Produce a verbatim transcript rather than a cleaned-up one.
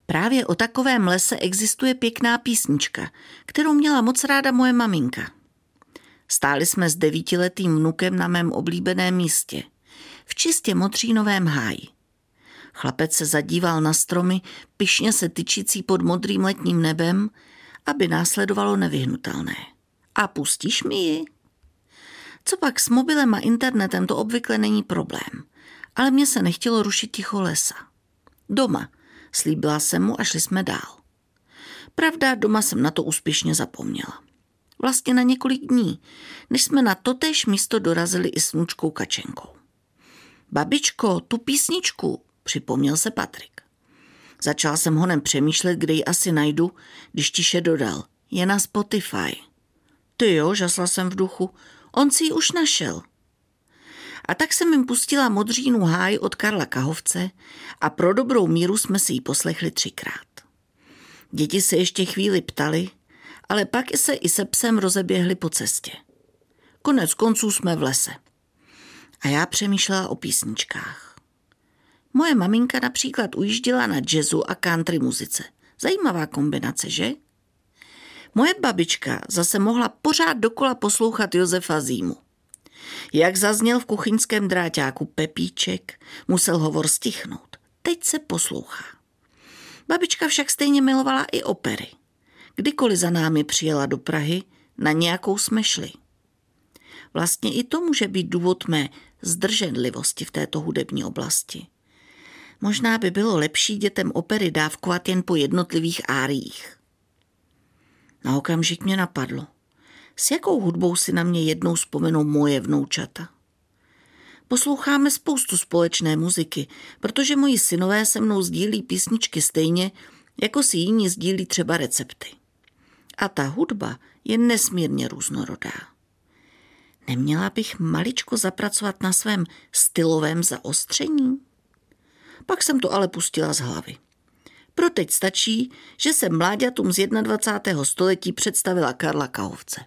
Právě o takovém lese existuje pěkná písnička, kterou měla moc ráda moje maminka. Stáli jsme s devítiletým vnukem na mém oblíbeném místě, v čistě modřínovém háji. Chlapec se zadíval na stromy, pyšně se tyčící pod modrým letním nebem, aby následovalo nevyhnutelné. A pustíš mi ji? Co pak s mobilem a internetem, to obvykle není problém, ale mně se nechtělo rušit ticho lesa. Doma, slíbila jsem mu a šli jsme dál. Pravda, doma jsem na to úspěšně zapomněla. Vlastně na několik dní, než jsme na totéž místo dorazili i s vnučkou Kačenkou. Babičko, tu písničku, připomněl se Patrik. Začala jsem honem přemýšlet, kde ji asi najdu, když tiše dodal. Je na Spotify. Ty jo, žasla jsem v duchu, on si ji už našel. A tak jsem jim pustila Modřínu háj od Karla Kahovce a pro dobrou míru jsme si ji poslechli třikrát. Děti se ještě chvíli ptali, ale pak se i se psem rozeběhli po cestě. Konec konců jsme v lese. A já přemýšlela o písničkách. Moje maminka například ujížděla na jazzu a country muzice. Zajímavá kombinace, že? Moje babička zase mohla pořád dokola poslouchat Josefa Zímu. Jak zazněl v kuchyňském dráťáku Pepíček, musel hovor stichnout. Teď se poslouchá. Babička však stejně milovala i opery. Kdykoliv za námi přijela do Prahy, na nějakou jsme šli. Vlastně i to může být důvod mé zdrženlivosti v této hudební oblasti. Možná by bylo lepší dětem opery dávkovat jen po jednotlivých áriích. Na okamžik mě napadlo, s jakou hudbou si na mě jednou vzpomenou moje vnoučata. Posloucháme spoustu společné muziky, protože moji synové se mnou sdílí písničky stejně, jako si jiní sdílí třeba recepty. A ta hudba je nesmírně různorodá. Neměla bych maličko zapracovat na svém stylovém zaostření? Pak jsem to ale pustila z hlavy. Pro teď stačí, že jsem mláďatům z dvacátého prvního století představila Karla Kahovce.